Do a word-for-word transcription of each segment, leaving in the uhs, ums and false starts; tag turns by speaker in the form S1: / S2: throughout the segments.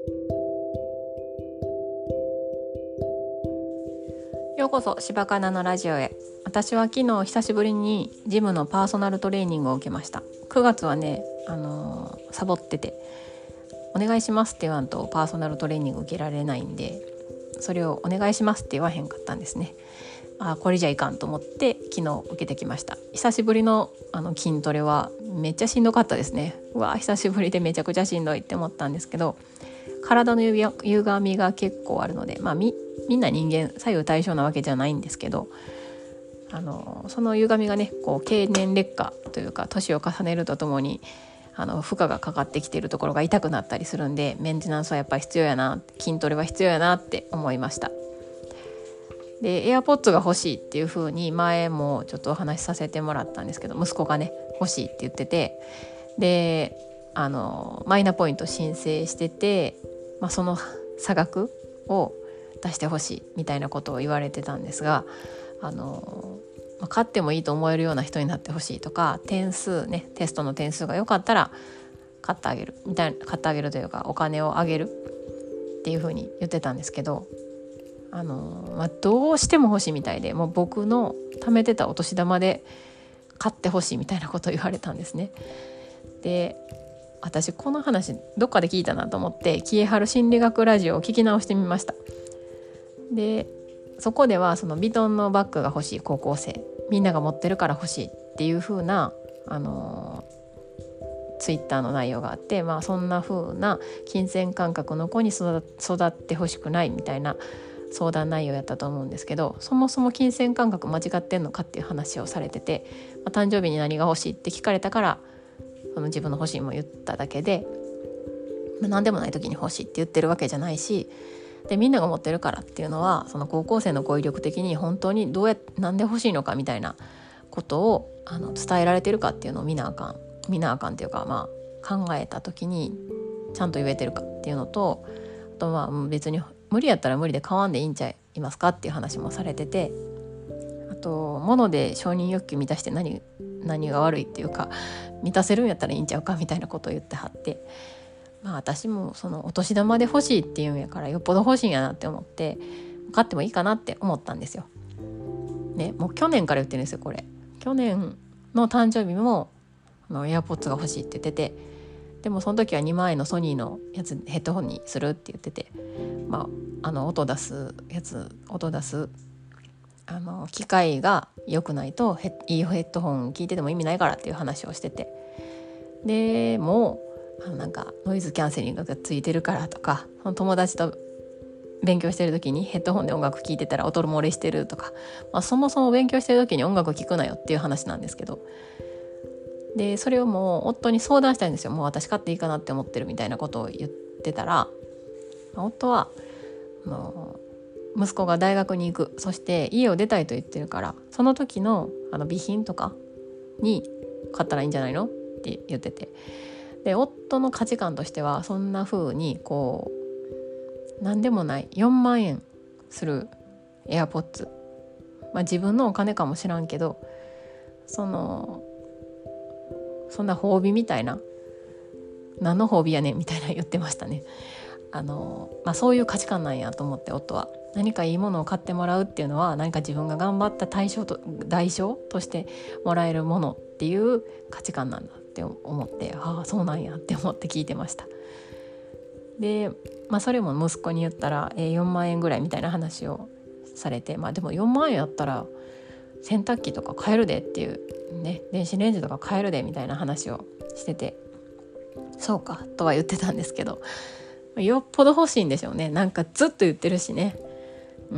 S1: ようこそ柴かなのラジオへ。私は昨日久しぶりにジムのパーソナルトレーニングを受けました。くがつはね、あのー、サボっててお願いしますって言わんとパーソナルトレーニング受けられないんで、それをお願いしますって言わへんかったんですね。あ、これじゃいかんと思って昨日受けてきました。久しぶりのあの筋トレはめっちゃしんどかったですね。うわ、久しぶりでめちゃくちゃしんどいって思ったんですけど、体の歪みが結構あるので、まあ、み, みんな人間左右対称なわけじゃないんですけど、あのその歪みがね、こう経年劣化というか年を重ねるとともにあの負荷がかかってきているところが痛くなったりするんで、メンテナンスはやっぱり必要やな、筋トレは必要やなって思いました。で AirPods が欲しいっていう風に前もちょっとお話しさせてもらったんですけど、息子がね欲しいって言ってて、であのマイナポイント申請してて、まあ、その差額を出してほしいみたいなことを言われてたんですが、あの、まあ、買ってもいいと思えるような人になってほしいとか、点数ね、テストの点数が良かったら買ってあげるみたいな、買ってあげるというかお金をあげるっていう風に言ってたんですけど、あの、まあ、どうしても欲しいみたいで、もう僕の貯めてたお年玉で買ってほしいみたいなことを言われたんですね。で、私この話どっかで聞いたなと思ってキエハル心理学ラジオを聞き直してみました。でそこではそのヴィトンのバッグが欲しい高校生、みんなが持ってるから欲しいっていう風なあのツイッターの内容があって、まあ、そんな風な金銭感覚の子に育ってほしくないみたいな相談内容やったと思うんですけど、そもそも金銭感覚間違ってんのかっていう話をされてて、まあ、誕生日に何が欲しいって聞かれたからその自分の欲しいも言っただけで、まあ、何でもない時に欲しいって言ってるわけじゃないし、でみんなが持ってるからっていうのはその高校生の語彙力的に本当にどうやなんで欲しいのかみたいなことをあの伝えられてるかっていうのを見なあかん見なあかんっていうか、まあ、考えた時にちゃんと言えてるかっていうのと、あとまあ別に無理やったら無理で買わんでいいんちゃいますかっていう話もされてて、あと物で承認欲求満たして何何が悪いっていうか、満たせるんやったらいいんちゃうかみたいなことを言ってはって、まあ私もそのお年玉で欲しいっていうんやからよっぽど欲しいんやなって思って買ってもいいかなって思ったんですよ。ね、もう去年から言ってるんですよこれ。去年の誕生日もあの AirPods が欲しいって言ってて、でもその時はにまんえんのソニーのやつヘッドホンにするって言ってて、まああの音出すやつ音出すあの機械が良くないとヘいいヘッドホン聞いてても意味ないからっていう話をしてて、でもうあのなんかノイズキャンセリングがついてるからとか、その友達と勉強してる時にヘッドホンで音楽聴いてたら音漏れしてるとか、まあ、そもそも勉強してる時に音楽聴くなよっていう話なんですけど、でそれをもう夫に相談したいんですよ。もう私買っていいかなって思ってるみたいなことを言ってたら、夫はあの息子が大学に行く、そして家を出たいと言ってるから、その時のあの備品とかに買ったらいいんじゃないのって言ってて、で夫の価値観としてはそんな風にこう何でもないよんまんえんする AirPods、まあ、自分のお金かもしらんけど、そのそんな褒美みたいな、何の褒美やねんみたいな言ってましたね。あの、まあ、そういう価値観なんやと思って、夫は何かいいものを買ってもらうっていうのは何か自分が頑張った対象と代償としてもらえるものっていう価値観なんだって思って、ああそうなんやって思って聞いてました。で、まあ、それも息子に言ったら、えー、よんまんえんぐらいみたいな話をされて、まあでもよんまんえんやったら洗濯機とか買えるでっていうね、電子レンジとか買えるでみたいな話をしてて、そうかとは言ってたんですけど、よっぽど欲しいんでしょうね。なんかずっと言ってるしね。うん、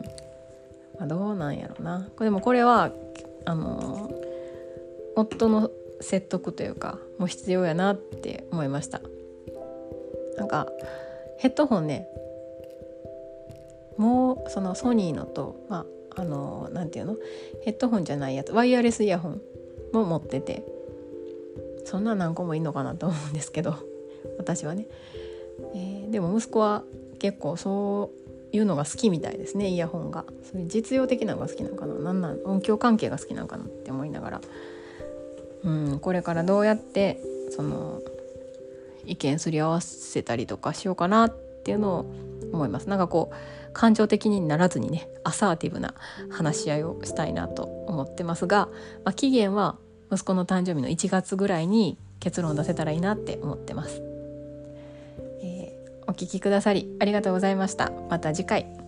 S1: まあ、どうなんやろうな。これでもこれはあの夫の説得というかもう必要やなって思いました。なんかヘッドホンね、もうそのソニーのと、まああのなんていうの、ヘッドホンじゃないやつ、ワイヤレスイヤホンも持ってて、そんな何個もいいのかなと思うんですけど私はね、えー、でも息子は結構そういうのが好きみたいですね。イヤホンがそういう実用的なのが好きなのかな、なんなん音響関係が好きなのかなって思いながら、うん、これからどうやってその意見すり合わせたりとかしようかなっていうのを思います。なんかこう感情的にならずにね、アサーティブな話し合いをしたいなと思ってますが、まあ、期限は息子の誕生日のいちがつぐらいに結論出せたらいいなって思ってます。えー、お聞きくださりありがとうございました。また次回。